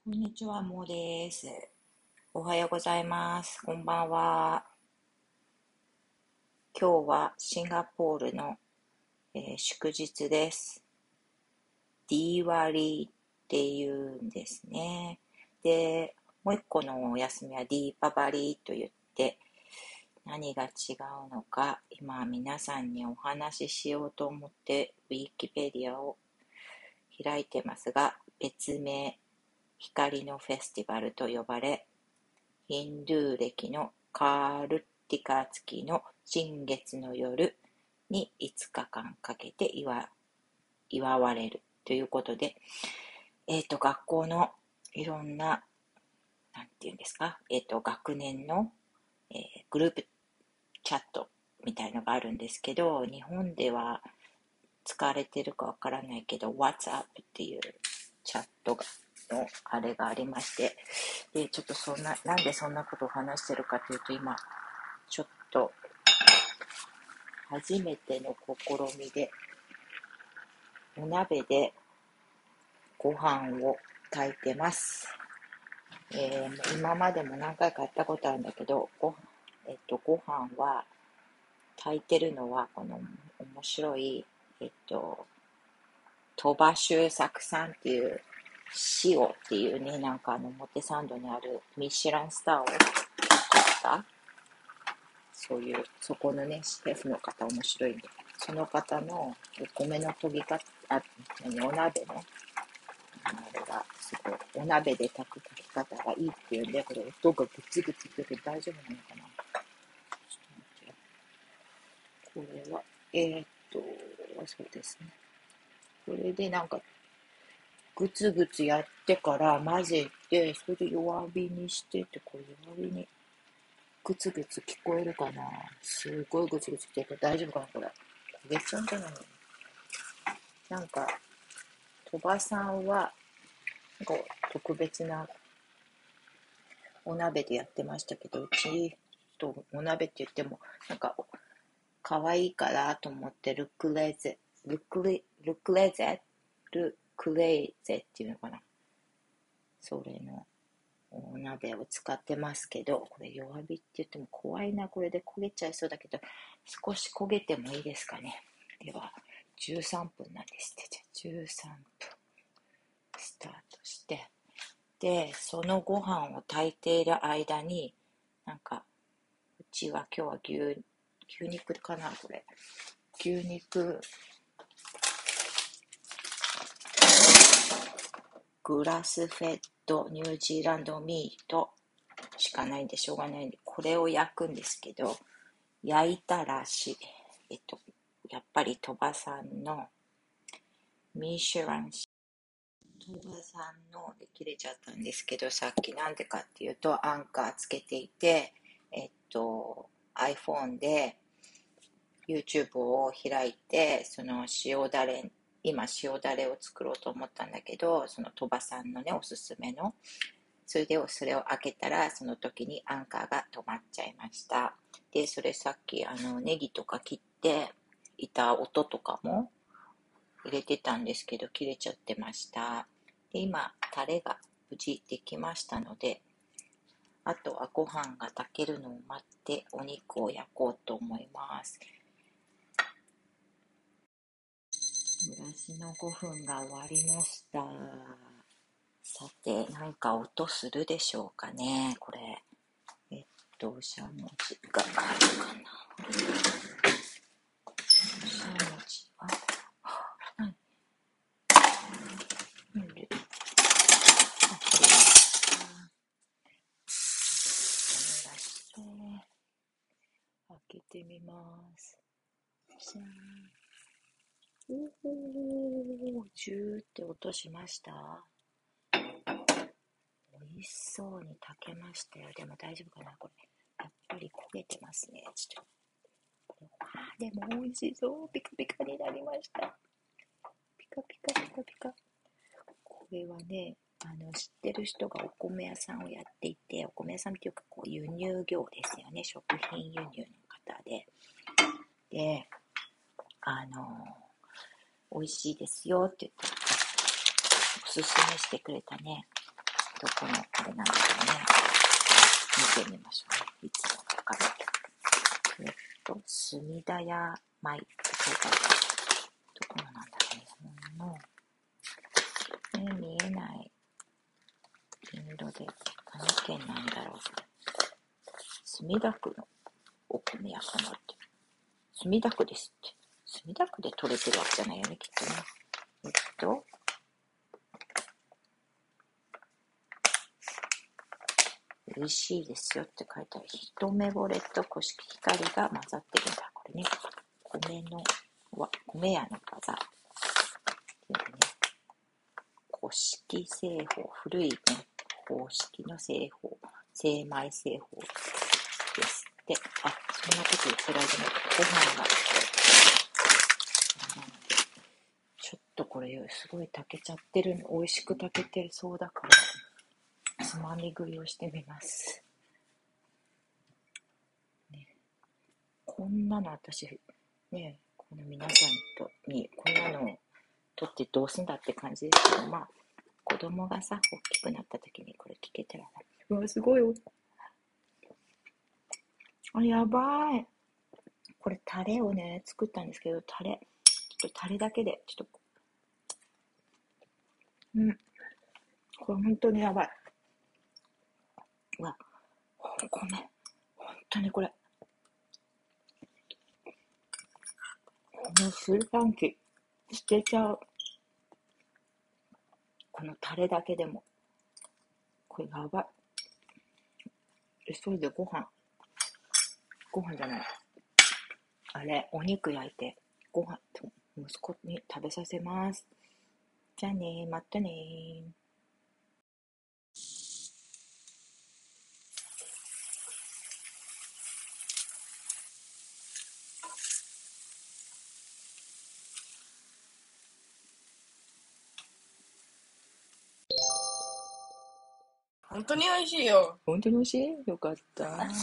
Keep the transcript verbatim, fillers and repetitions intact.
こんにちは、もうです。おはようございます。こんばんは。今日はシンガポールの、えー祝日です。ディーワリーっていうんですね。で、もう一個のお休みはディーパバリーと言って、何が違うのか、今皆さんにお話ししようと思ってウィキペディアを開いてますが、別名、光のフェスティバルと呼ばれ、ヒンドゥー暦のカールッティカ月の新月の夜にいつかかんかけて祝祝われるということで、えっ、と、学校のいろんな、なんていうんですか、えっ、と、学年の、えーグループチャットみたいのがあるんですけど、日本では使われてるかわからないけど、WhatsApp っていうチャットがのあれがありまして、で、ちょっとそんな、なんでそんなことを話してるかというと、今、ちょっと初めての試みで、お鍋でご飯を炊いてます。えー今までも何回かやったことあるんだけど、ご,、えっと、ご飯は炊いてるのは、この面白い、えっと、鳥羽周作さんっていう、塩っていうね、なんかあの表参道にあるミシュランスターを取った、そういう、そこのね、シェフの方面白いんで、その方のお米の研ぎ方、あ、何お鍋の、あれが、すごい、お鍋で炊く炊き方がいいっていうんで、これ音がグツグツ言ってて大丈夫なのかな。これは、えーっと、そうですね。これでなんか、グツグツやってから混ぜて、それで弱火にしてって、これ弱火に、グツグツ聞こえるかな。すごいグツグツ言ってて大丈夫かな、これ。焦げちゃうんじゃないの。なんか、鳥羽さんは、なんか特別なお鍋でやってましたけど、うちとお鍋って言っても、なんか、可愛いからと思って、ルクレゼ、ルクレ、ルクレゼルクレイゼっていうのかな。それのお鍋を使ってますけど、これ弱火って言っても怖いな、これで焦げちゃいそうだけど、少し焦げてもいいですかね。では、じゅうさんぷんなんですって。じゃあじゅうさんぷんスタートして、で、そのご飯を炊いている間に、なんか、うちは今日は牛、牛肉かな、これ。牛肉、グラスフェッドニュージーランドミートしかないんでしょうがないんで、これを焼くんですけど、焼いたらし、えっと、やっぱり鳥羽さんのミシュラン、鳥羽さんので切れちゃったんですけど、さっきなんでかっていうと、アンカーつけていて、えっと、iPhone で YouTube を開いて、その塩だれ、今塩だれを作ろうと思ったんだけど、その鳥羽さんのね、おすすめの、それでそれを開けたら、その時にアンカーが止まっちゃいました。で、それさっき、あの、ネギとか切っていた音とかも入れてたんですけど、切れちゃってました。で、今、タレが無事できましたので、あとはご飯が炊けるのを待ってお肉を焼こうと思います。蒸らしのごふんが終わりました。さて、なんか音するでしょうかね、これ。えっと、しゃもじがあるかな。しゃもじは、何なんで、あ、これ、濡らして、開けてみます。じゃーん。おー、ジューって音しました。美味しそうに炊けましたよ。でも大丈夫かな、これ。やっぱり焦げてますね。ちょっと。あー、でも美味しそう。ピカピカになりました。ピカピカピカピカ。これはね、あの、知ってる人がお米屋さんをやっていて、お米屋さんっていうか、こう、輸入業ですよね。食品輸入の方で。で、あの、美味しいですよって言って、おすすめしてくれたね、 どこのあれなんだろうね。見てみましょうね。いつだったかな。えっと、隅田屋米って書いてある。どこのなんだろうね。日本の、ね、見えない。金色で、何県なんだろう。墨田区のお米屋かなって。墨田区ですって。墨田区で取れてるわけじゃないよね、きっとね。えっと、美味しいですよって書いてある。一目惚れと古式光が混ざってるんだ。これね、米の、米屋の技。でね、古式製法、古いね、方式の製法、精米製法ですって。あ、そんなこと言ってる間にご飯が、なので、ちょっとこれすごい炊けちゃってるの、美味しく炊けてそうだから、つまみ食いをしてみます。ね、こんなの私、ね、この皆さんとにこんなのを撮ってどうすんだって感じですけど、まあ、子供がさ、大きくなった時にこれ聞けたら、うわ、すごいよ。あ、やばい。これタレをね、作ったんですけど、タレ、ちょっとタレだけで、ちょっと、うん。これ本当にやばい。うわ、ごめん。本当にこれ。この炊飯器、捨てちゃう。このタレだけでも。これやばい。急いでご飯。ご飯じゃない。あれ、お肉焼いて、ご飯と息子に食べさせます。じゃあねー、またねー。 本当に美味しいよ。 本当に美味しい？よかった。